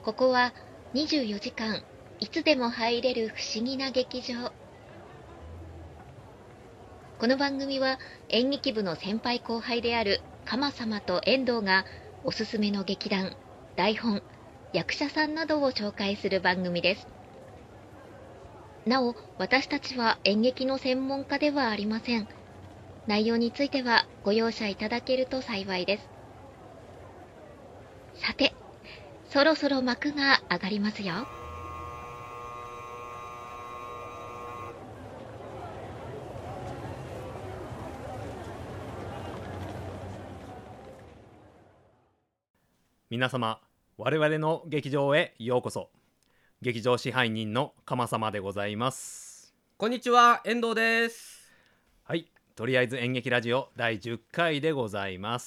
ここは24時間いつでも入れる不思議な劇場。この番組は演劇部の先輩後輩である鎌様と遠藤がおすすめの劇団、台本、役者さんなどを紹介する番組です。なお、私たちは演劇の専門家ではありません。内容についてはご容赦いただけると幸いです。さて、そろそろ幕が上がりますよ。 皆様、我々の劇場へようこそ。劇場支配人の鎌様でございます。 こんにちは、遠藤です。 はい、とりあえず演劇ラジオ第10回でございます。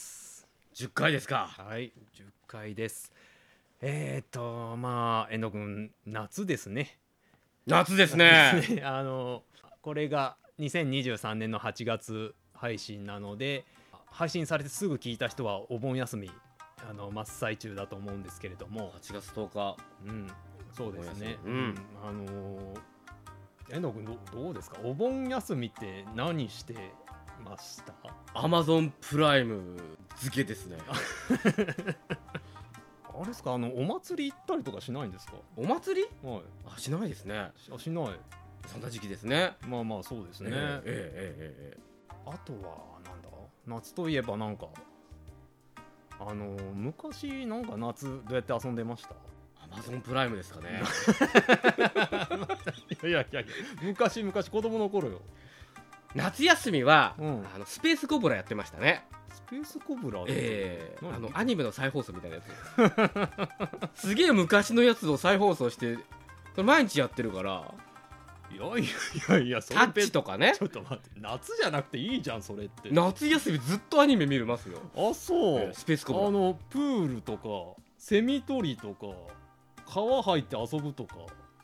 10回ですか。 はい、10回です。遠藤君、夏ですね。 夏ですね。 これが2023年の8月配信なので、配信されてすぐ聞いた人はお盆休み真っ最中だと思うんですけれども、 8月10日。 そうですね。遠藤君、どうですか？お盆休みって何してました？ Amazon プライム付けですね。 あれですか、お祭り行ったりとかしないんですか？ お祭り？ はい。 しないですね。 しない。 そんな時期ですね。 まあそうですね。あとはなんだ、夏といえばなんか昔なんか夏どうやって遊んでました？ Amazon プライムですかね。 いや昔子供の頃よ。 夏休みは、スペースコブラやってましたね。 スペースコブラ？ アニメの再放送みたいなやつ。すげえ昔のやつを再放送して毎日やってるから。 いやタッチとかね。 ちょっと待って、夏じゃなくていいじゃんそれって。 夏休みずっとアニメ見るますよ。 あ、そう、 スペースコブラ。 プールとかセミ取りとか川入って遊ぶとか。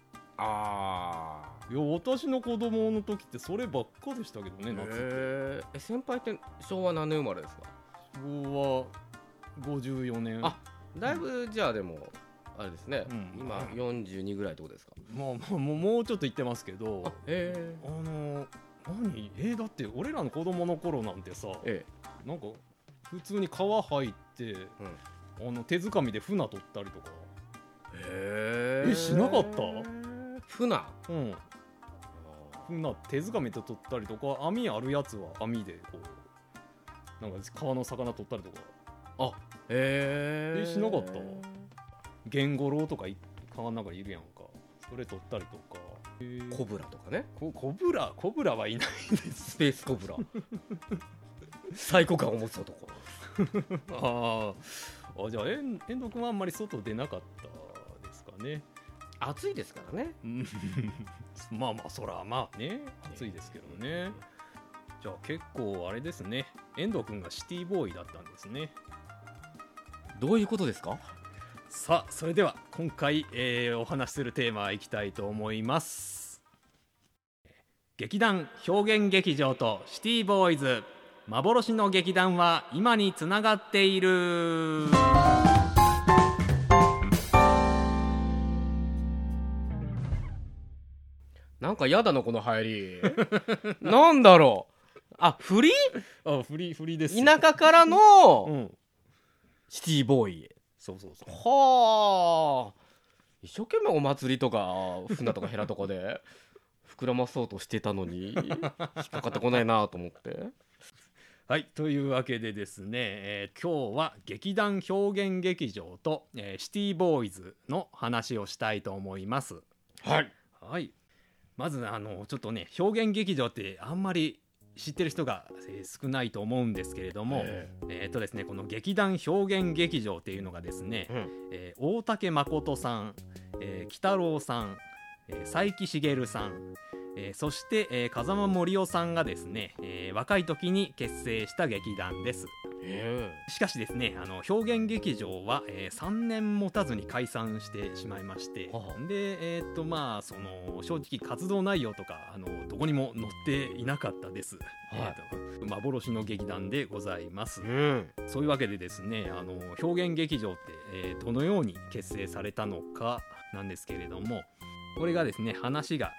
いや、私の子供の時ってそればっかでしたけどね、夏って。 先輩って昭和何年生まれですか？ 昭和54年。 だいぶじゃあでもあれですね、今42ぐらいってことですか？ もうちょっと言ってますけど。だって俺らの子供の頃なんてさ、なんか普通に川入って、手づかみで船取ったりとか。しなかった？ 船？ 船手づかみで取ったりとか、網あるやつは網でこうなんか川の魚取ったりとか。しなかった？ゲンゴロウとか川の中にいるやんか。それ取ったりとか。 コブラとかね。 コブラはいないんです。 スペースコブラ。サイコ感を持つ男。 じゃあ遠藤君はあんまり外出なかったですかね。 暑いですからね。 そらね、暑いですけどね。じゃあ結構あれですね、遠藤君がシティボーイだったんですね。 どういうことですか？ さあ、それでは今回、お話しするテーマいきたいと思います。劇団表現劇場とシティボーイズ、幻の劇団は今につながっている。 なんかやだなこの入り。なんだろう。振りです。 田舎からの、シティボーイ。 そう。 はあ。一生懸命お祭りとか船とかヘラとかで膨らまそうとしてたのに引っかかってこないなと思って。 はい、というわけでですね、今日は劇団表現劇場と、シティボーイズの話をしたいと思います。 はい。 まずちょっとね、表現劇場ってあんまり知ってる人が少ないと思うんですけれども、ですね、この劇団表現劇場っていうのがですね、大竹誠さん、鬼太郎さん、佐伯茂さん、そして、風間森夫さんがですね、若い時に結成した劇団です。 しかしですね、表現劇場は、3年持たずに解散してしまいまして、でまあその正直活動内容とかどこにも載っていなかったです、幻の劇団でございます、そういうわけでですね、表現劇場って、どのように結成されたのかなんですけれども、これがですね、話が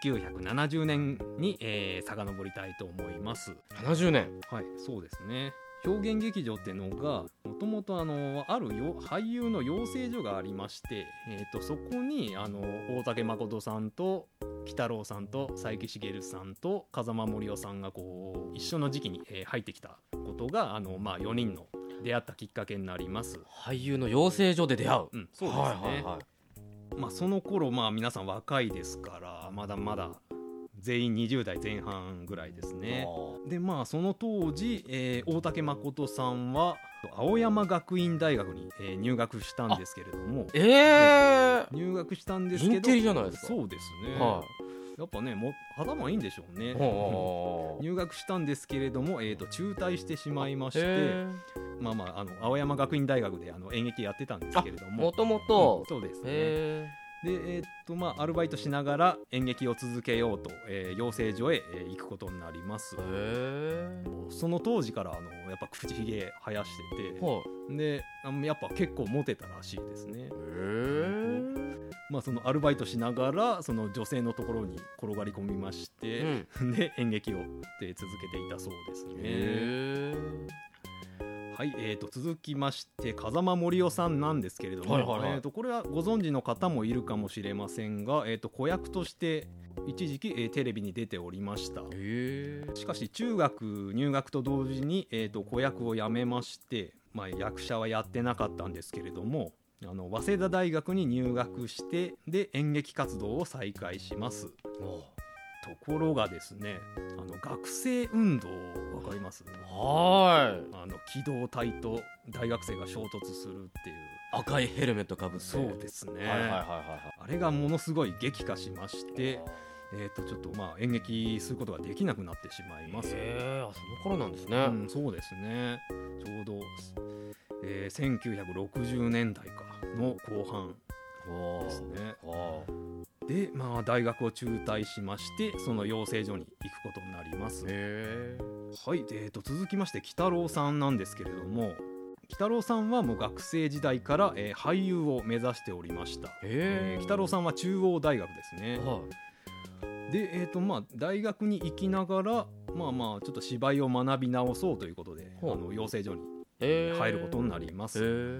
1970年に、遡りたいと思います。 70年。 はい、そうですね。表現劇場っていうのがもともとある俳優の養成所がありまして、そこに大竹誠さんと鬼太郎さんと佐伯茂さんと風間森夫さんがこう一緒の時期に、入ってきたことが4人の出会ったきっかけになります。 俳優の養成所で出会う、 そうですね、その頃皆さん若いですからまだまだ全員20代前半ぐらいですね。でその当時、大竹誠さんは青山学院大学に、入学したんですけれども、入学したんですけど、 インテリじゃないですか。 そうですね、やっぱね頭いいんでしょうね。入学したんですけれども、中退してしまいまして、青山学院大学で演劇やってたんですけれども、 もともとそうですね。でアルバイトしながら演劇を続けようと、養成所へ、行くことになります。その当時からやっぱ口ひげ生やしてて、でやっぱ結構モテたらしいですね。そのアルバイトしながらその女性のところに転がり込みまして、で演劇を続けていたそうですね。はい、続きまして風間森夫さんなんですけれども、これはご存知の方もいるかもしれませんが、子役として一時期、テレビに出ておりました。しかし中学入学と同時に、子役を辞めまして、役者はやってなかったんですけれども、早稲田大学に入学してで演劇活動を再開します。ところがですね、学生運動わかります？機動隊と大学生が衝突するっていう赤いヘルメットかぶって。 そうですね、あれがものすごい激化しまして、ちょっと演劇することができなくなってしまいます。 その頃なんですね。 そうですね、ちょうど、1960年代かの後半ですね。で大学を中退しましてその養成所に行くことになります。はい、続きまして鬼太郎さんなんですけれども、鬼太郎さんはもう学生時代から、俳優を目指しておりました。鬼太郎さんは中央大学ですね。で大学に行きながらちょっと芝居を学び直そうということで養成所に入ることになります。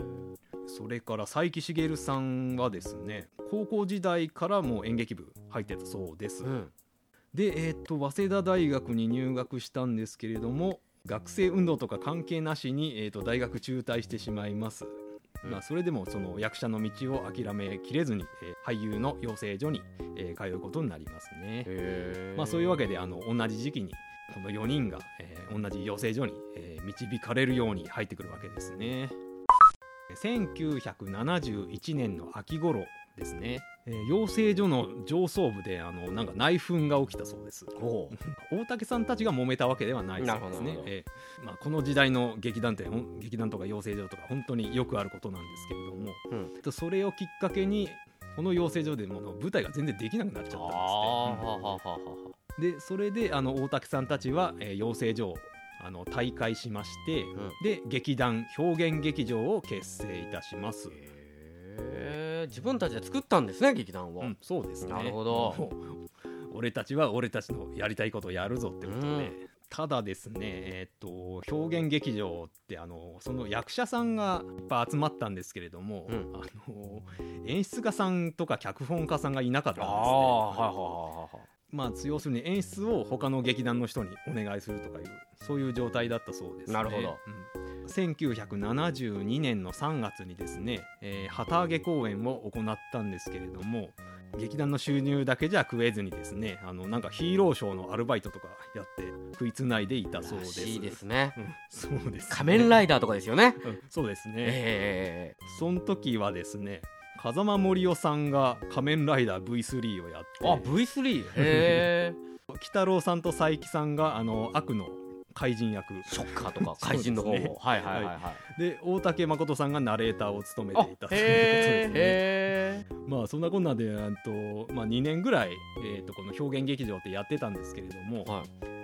それから佐伯茂さんはですね、高校時代からもう演劇部入ってたそうです。で、早稲田大学に入学したんですけれども、学生運動とか関係なしに、大学中退してしまいます。それでもその役者の道を諦めきれずに、俳優の養成所に、通うことになりますね。そういうわけで同じ時期にこの4人が、同じ養成所に、導かれるように入ってくるわけですね。1971年の秋頃ですね、養成所の上層部でなんか内紛が起きたそうです。大竹さんたちが揉めたわけではないそうですね。この時代の劇団とか養成所とか本当によくあることなんですけれども、それをきっかけにこの養成所でも舞台が全然できなくなっちゃったんですね。でそれで大竹さんたちは、養成所を退会しまして、で劇団表現劇場を結成いたします。 自分たちで作ったんですね、劇団を。 そうですね。 なるほど。 俺たちは俺たちのやりたいことをやるぞってことで、ただですね、表現劇場ってその役者さんがいっぱい集まったんですけれども、演出家さんとか脚本家さんがいなかったんですね。要するに演出を他の劇団の人にお願いするとかいうそういう状態だったそうですね。 なるほど。 1972年の3月にですね、旗揚げ公演を行ったんですけれども、劇団の収入だけじゃ食えずにですね、なんかヒーローショーのアルバイトとかやって食いつないでいたそうです。 いいですね。 そうですね。 仮面ライダーとかですよね。 そうですね。その時はですね、風間森夫さんが仮面ライダー V3 をやって、 V3 へえ。 鬼太郎さんと佐伯さんが悪の怪人役、 ショッカーとか怪人の方を、はいはいはいはい。 で大竹誠さんがナレーターを務めていたということですね。まあそんなこんなで2年ぐらい、この表現劇場ってやってたんですけれども、はい、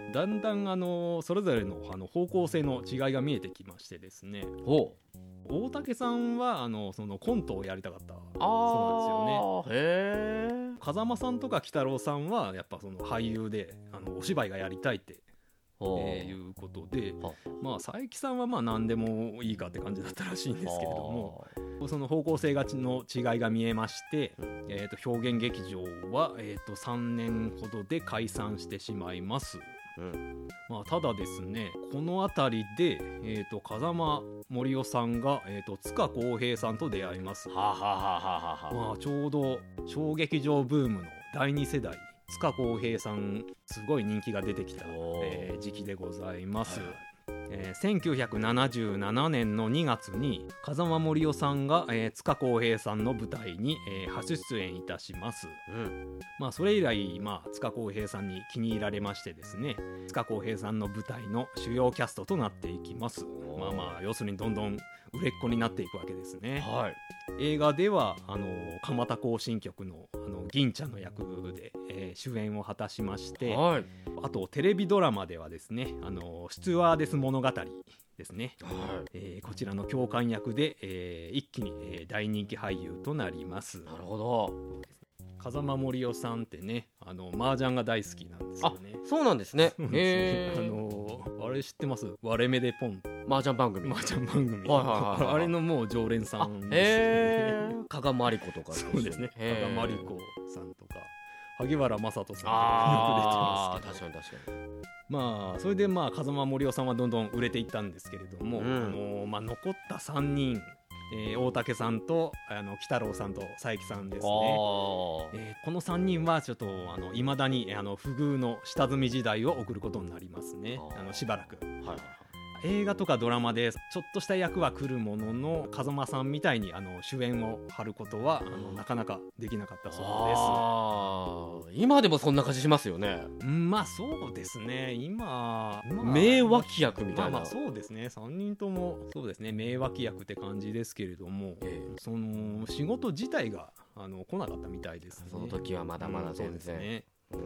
だんだんそれぞれの方向性の違いが見えてきましてですね。大竹さんはそのコントをやりたかったそうなんですよね。風間さんとか鬼太郎さんはやっぱその俳優でお芝居がやりたいっていうことで、まあ佐伯さんはまあ何でもいいかって感じだったらしいんですけれども、その方向性の違いが見えまして、表現劇場は、3年ほどで解散してしまいます。まあ、ただですね、この辺りで、風間森夫さんが、塚公平さんと出会います。まあ、ちょうど小劇場ブームの第2世代塚公平さんすごい人気が出てきた、時期でございます。1977年の2月に風間森夫さんが、塚公平さんの舞台に、初出演いたします。まあ、それ以来、塚公平さんに気に入られましてですね、塚公平さんの舞台の主要キャストとなっていきます。要するにどんどん売れっ子になっていくわけですね。映画では蒲田行進曲の銀ちゃんの役で、主演を果たしまして、あとテレビドラマではですね、スチュワーデス物語ですね、こちらの教官役で、一気に、大人気俳優となります。 なるほど。 風間森夫さんってね、麻雀が大好きなんですよね。 そうなんですね。 あれ知ってます？割れ目でポン。 麻雀番組。 あれのもう常連さんですね。 加賀まりことか。 そうですね。加賀まりこさんとか萩原正人さんとかよく出てますけど。 確かに。 まあそれで風間森夫さんはどんどん売れていったんですけれども、残った3人、大竹さんと鬼太郎さんと佐伯さんですね。この3人はちょっといまだに不遇の下積み時代を送ることになりますね。しばらく。映画とかドラマでちょっとした役は来るものの、風間さんみたいに主演を張ることはなかなかできなかったそうです。今でもそんな感じしますよね。 まあそうですね。今名脇役みたいな。 そうですね。3人ともそうですね、名脇役って感じですけれども、その仕事自体が来なかったみたいですね。 その時はまだまだ全然。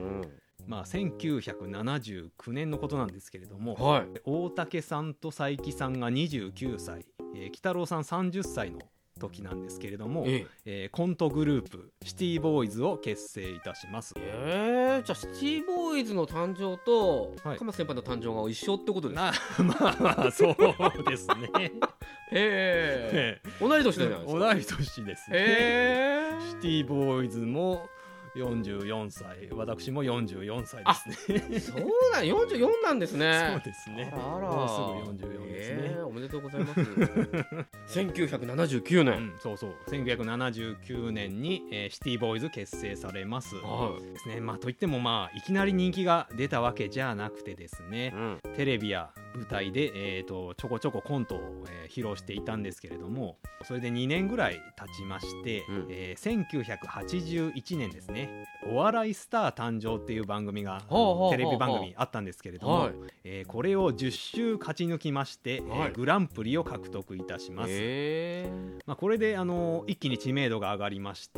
1979年のことなんですけれども、大竹さんと佐伯さんが29歳、鬼太郎さん30歳の時なんですけれども、コントグループシティボーイズを結成いたします。 じゃあシティボーイズの誕生と鎌先輩の誕生が一緒ってことですか？ そうですね。 同い年じゃないですか。 同い年ですね。シティボーイズも44歳、私も44歳ですね。 そうだ、44なんですね。 そうですね。もうすぐ44ですね。 おめでとうございます。1979年。 そう1979年に、シティボーイズ結成されます。ですね。といってもいきなり人気が出たわけじゃなくてですね、テレビや舞台で、ちょこちょこコントを、披露していたんですけれども、それで2年ぐらい経ちまして、1981年ですね、お笑いスター誕生っていう番組がテレビ番組あったんですけれども、これを10週勝ち抜きまして、グランプリを獲得いたします。これで一気に知名度が上がりまして、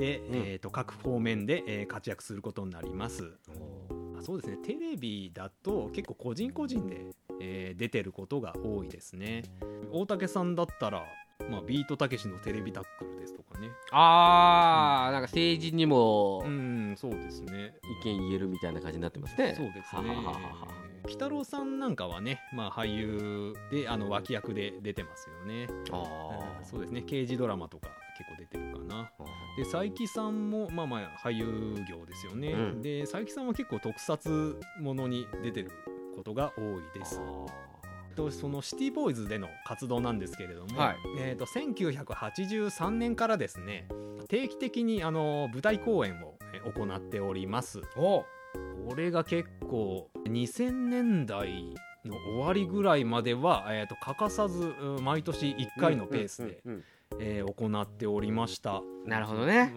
各方面で、活躍することになります。そうですね、テレビだと結構個人個人で、出てることが多いですね。大竹さんだったらビートたけしのテレビタックルですとかね。 なんか政治にもそうですね、 意見言えるみたいな感じになってますね。 そうですね。鬼太郎さんなんかはね、俳優で脇役で出てますよね。そうですね、刑事ドラマとか結構出てるかな。で佐伯さんも俳優業ですよね。で佐伯さんは結構特撮ものに出てることが多いです。そのシティボーイズでの活動なんですけれども、1983年からですね、定期的に舞台公演を行っております。これが結構2000年代の終わりぐらいまでは、欠かさず毎年1回のペースで行っておりました。 なるほどね。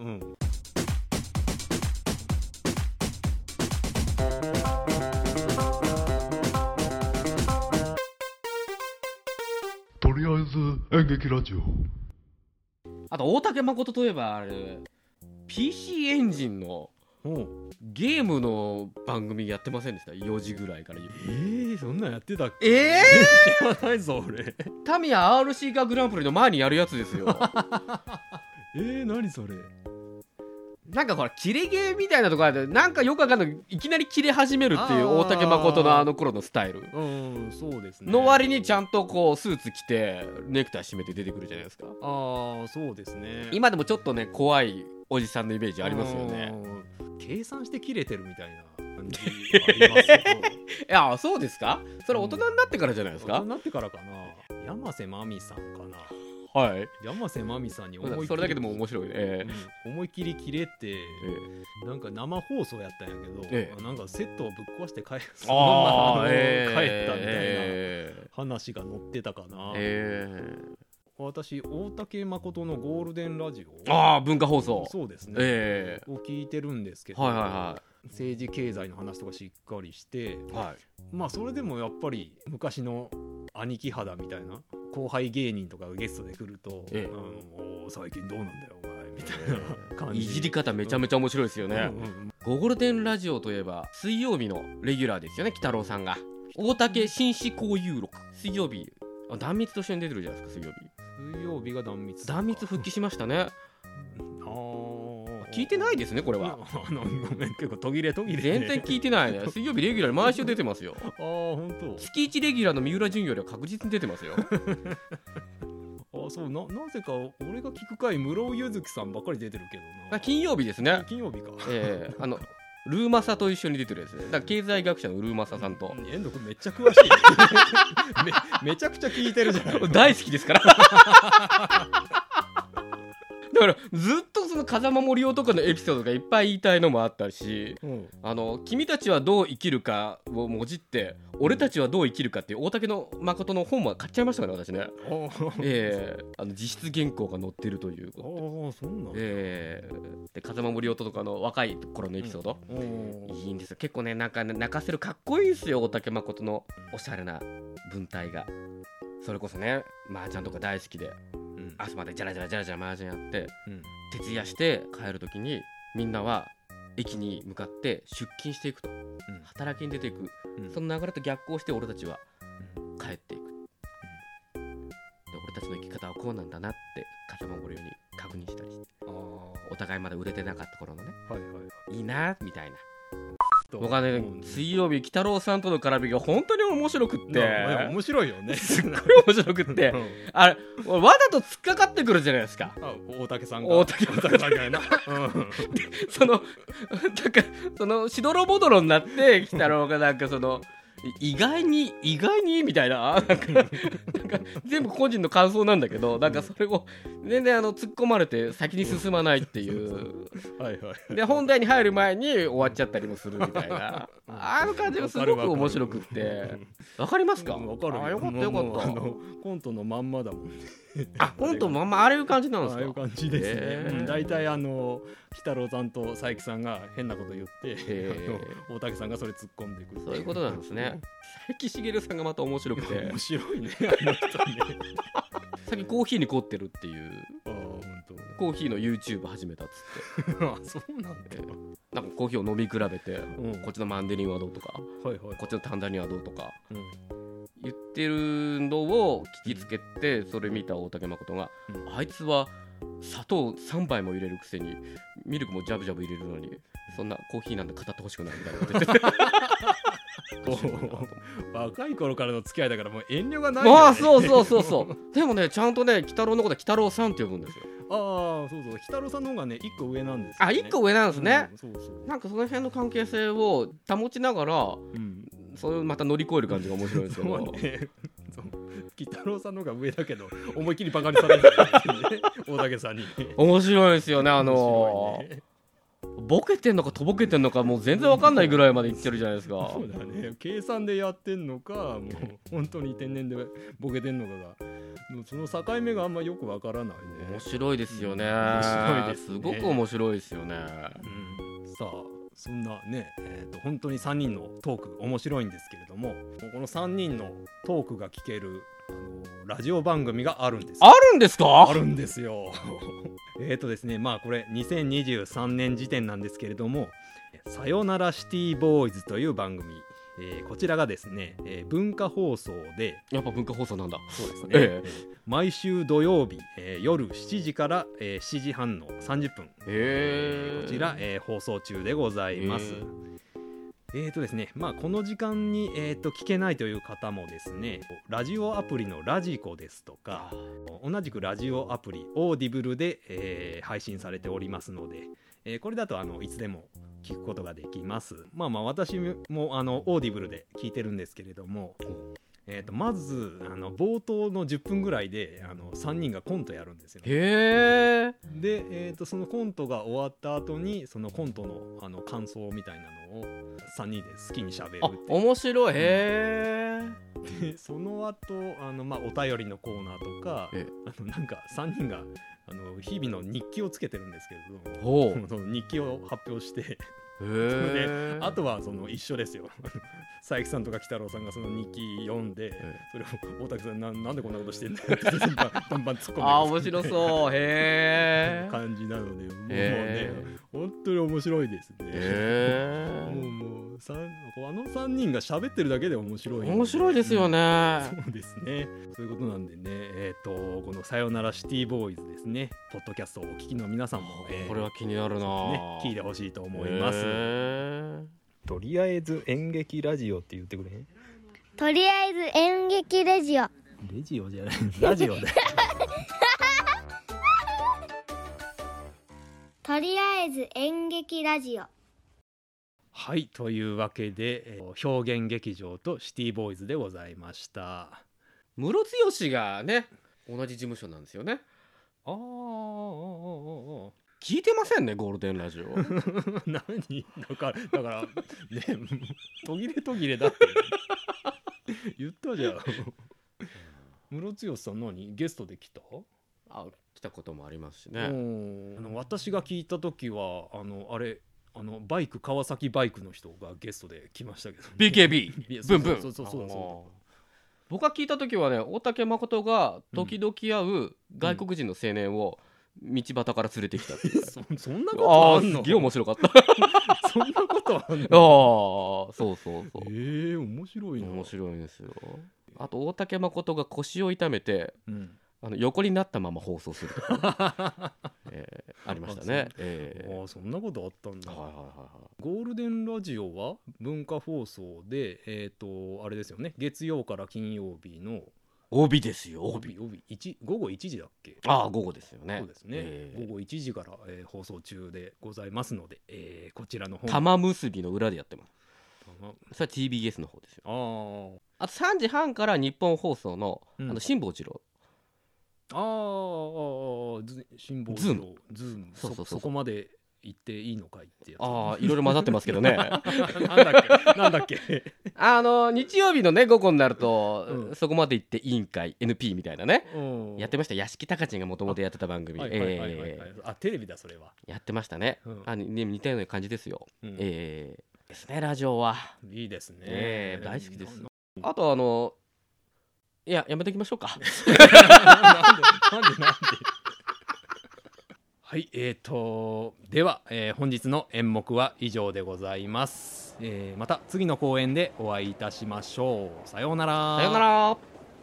りあえず演劇ラジオ。 あと大竹誠といえばあれ PC エンジンのゲームの番組やってませんでした？4時ぐらいから。 そんなんやってたっけ？知らないぞ俺。 タミヤ RC カーグランプリの前にやるやつですよ。 何それ。 なんかほらキレゲーみたいなとこある。なんかよくわかんないいきなりキレ始めるっていう大竹誠のあの頃のスタイルそうですね。 の割にちゃんとこうスーツ着てネクタイ締めて出てくるじゃないですか。 そうですね。 今でもちょっとね怖いおじさんのイメージありますよね。 計算して切れてるみたいな感じありますけど。 いやそうですか。それ大人になってからじゃないですか。 大人になってからかな。山瀬まみさんかな。 はい。 山瀬まみさんに思いっきりそれだけでも面白いね。 思いっきり切れて、なんか生放送やったんやけど、なんかセットをぶっ壊して帰ったみたいな話が載ってたかな。私大竹誠のゴールデンラジオ、 文化放送、 そうですね、を聞いてるんですけど、政治経済の話とかしっかりして、まあそれでもやっぱり昔の兄貴肌みたいな後輩芸人とかがゲストで来ると、最近どうなんだよお前みたいな感じ。いじり方めちゃめちゃ面白いですよね。ゴールデンラジオといえば水曜日のレギュラーですよね、北郎さんが。大竹紳士交友録、水曜日壇蜜と一緒に出てるじゃないですか。 水曜日が壇蜜復帰しましたね。聞いてないですねこれは。 ごめん、結構途切れ全然聞いてないね。水曜日レギュラーに毎週出てますよ。 本当。 月1レギュラーの三浦淳よりは確実に出てますよ。 そう、なぜか俺が聞く回室尾ゆずきさんばっかり出てるけどな。 金曜日ですね。 金曜日か。 ルーマサと一緒に出てるやつね。だから経済学者のルーマサさんと。 遠藤君めっちゃ詳しい。めちゃくちゃ聞いてるじゃない。 大好きですから。だからずっとその風間森夫とかのエピソードがいっぱい言いたいのもあったし、君たちはどう生きるかをもじって俺たちはどう生きるかっていう大竹の誠の本も買っちゃいましたから私ね。実質原稿が載ってるということで。 そうなんだ。 で風間森夫とかの若い頃のエピソード、いいんですよ。結構ね、なんか泣かせるかっこいいですよ大竹誠のおしゃれな文体が。それこそね、麻雀とか大好きで、朝までジャラジャラ麻雀やって、徹夜して帰る時にみんなは駅に向かって出勤していくと、働きに出ていく、その流れと逆行して俺たちは帰っていく、で俺たちの生き方はこうなんだなって風間森夫に確認したりして、お互いまだ売れてなかった頃のね、いいなみたいな。僕はね、水曜日北郎さんとの絡みが本当に面白くって、 面白いよね。 すっごい面白くってあれわざと突っかかってくるじゃないですか、 大竹さんが。 大竹さんがなそのしどろぼどろになって北郎がなんかその意外にみたいな、なんか全部個人の感想なんだけど、なんかそれを全然突っ込まれて先に進まないっていうで本題に入る前に終わっちゃったりもするみたいな、あの感じがすごく面白くって。わかりますか？ わかる。 よかったよかった。 コントのまんまだもんね。 コントのまんまああいう感じなんですか？ ああいう感じですね。大体北郎さんと佐伯さんが変なこと言って大竹さんがそれ突っ込んでいく。 そういうことなんですね。佐伯茂さんがまた面白くて。 面白いね、あの人ね。 さっきコーヒーに凝ってるっていう。コーヒーの YouTube 始めたっつって。 そうなんだ。 なんかコーヒーを飲み比べて、こっちのマンデリンはどうとか、こっちのタンダリンはどうとか、言ってるのを聞きつけて、それ見た大竹誠が、あいつは砂糖3杯も入れるくせにミルクもジャブジャブ入れるのにそんなコーヒーなんて語ってほしくないみたいなこと言って若い頃からの付き合いだからもう遠慮がないよね。 そうでもね、ちゃんとね、鬼太郎のことは鬼太郎さんって呼ぶんですよ。 そう鬼太郎さんの方がね1個上なんですよね。 1個上なんですね。 そうなんかその辺の関係性を保ちながら、それをまた乗り越える感じが面白いんですけど。 鬼太郎さんの方が上だけど思いっきりバカにされてるね、大竹さんに。 面白いですよね。ボケてんのかとぼけてんのかもう全然わかんないぐらいまでいってるじゃないですか。 そうだね、計算でやってんのかもう本当に天然でボケてんのかがその境目があんまよくわからないね。 面白いですよね。すごく面白いですよね。 さあそんなね、本当に3人のトーク面白いんですけれども、この3人のトークが聞けるラジオ番組があるんです。 あるんですか？ あるんですよ。ですね、まあこれ2023年時点なんですけれども、さよならシティボーイズという番組、こちらがですね、文化放送で、 やっぱ文化放送なんだ。 そうですね、毎週土曜日、夜7時から、7時半の30分、こちら、放送中でございます。ですね、まあこの時間に、聞けないという方もですね、ラジオアプリのラジコですとか、同じくラジオアプリオーディブルで、配信されておりますので、これだといつでも聞くことができます。まあ私もオーディブルで聞いてるんですけれども、まず冒頭の10分ぐらいで3人がコントやるんですよ。 へえ。 で、そのコントが終わった後にそのコントの感想みたいなのを3人で好きにしゃべるっていう。 面白い。へえ。 でその後まあ、お便りのコーナーとかなんか3人が日々の日記をつけてるんですけれどその日記を発表してであとは一緒ですよ。佐伯さんとか北郎さんがその日記読んで、それを大竹さんなんでこんなことしてんだよってバンバン突っ込んで面白そう。へえ。 感じなので、もうね本当に面白いですね。もう3人が喋ってるだけで面白い。 面白いですよね。 そうですね。そういうことなんでね、このさよならシティボーイズですね、ポッドキャストをお聞きの皆さんも、 これは気になるな、 聞いてほしいと思います。とりあえず演劇ラジオって言ってくれへん？ とりあえず演劇ラジオ。 レジオじゃない、ラジオで。 とりあえず演劇ラジオ。 はい、というわけで、表現劇場とシティボーイズでございました。 ムロツヨシがね、同じ事務所なんですよね。聞いてませんね、ゴールデンラジオ。 何だからね、途切れだって言ったじゃん。ムロツヨシさん何ゲストで来た？ 来たこともありますしね。 私が聞いた時はバイク川崎バイクの人がゲストで来ましたけど、ね、 BKB ブンブン。 そう僕が聞いた時はね、大竹誠が時々会う外国人の青年を道端から連れてきたっていう、 そんなことあんの？ すげえ面白かった。 そんなことあんの？ そう面白いな。 面白いんですよ。あと大竹誠が腰を痛めて、横になったまま放送するとか、ありましたね。 そんなことあったんだ。ゴールデンラジオは文化放送で、あれですよね、月曜から金曜日の帯ですよ。 午後1時だっけ？ 午後ですよね。 そうですね、午後1時から、放送中でございますので、こちらの方玉結びの裏でやってます。それは TBS の方ですよ。あと3時半から日本放送の辛坊治郎、 辛坊治郎ズーム、そこまで行っていいのかいってやつ。 いろいろ混ざってますけどね。 なんだっけ日曜日のね午後になると、そこまで行って委員会 NP みたいなね、やってました。屋敷隆人がもともとやってた番組、 テレビだそれはやってましたね。似たような感じですよ。ですね、ラジオはいいですね。 大好きです。あとやめておきましょうか。 なんではい、では、本日の演目は以上でございます。また次の公演でお会いいたしましょう。さようなら。 さようなら。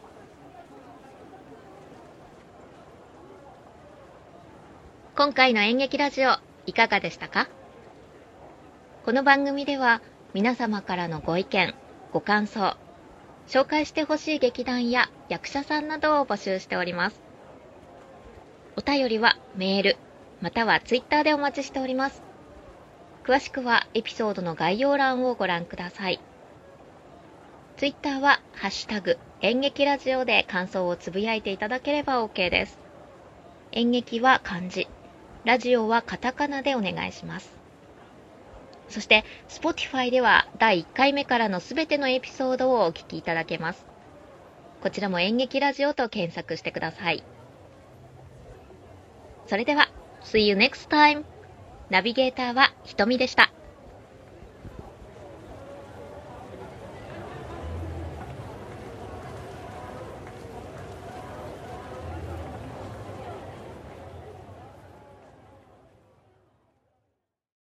今回の演劇ラジオいかがでしたか？この番組では皆様からのご意見、ご感想、紹介してほしい劇団や役者さんなどを募集しております。お便りはメールまたはツイッターでお待ちしております。詳しくはエピソードの概要欄をご覧ください。ツイッターはハッシュタグ演劇ラジオで感想をつぶやいていただければ OK です。演劇は漢字、ラジオはカタカナでお願いします。そして Spotify では第1回目からのすべてのエピソードをお聞きいただけます。こちらも演劇ラジオと検索してください。それでは See you next time。ナビゲーターはひとみでした。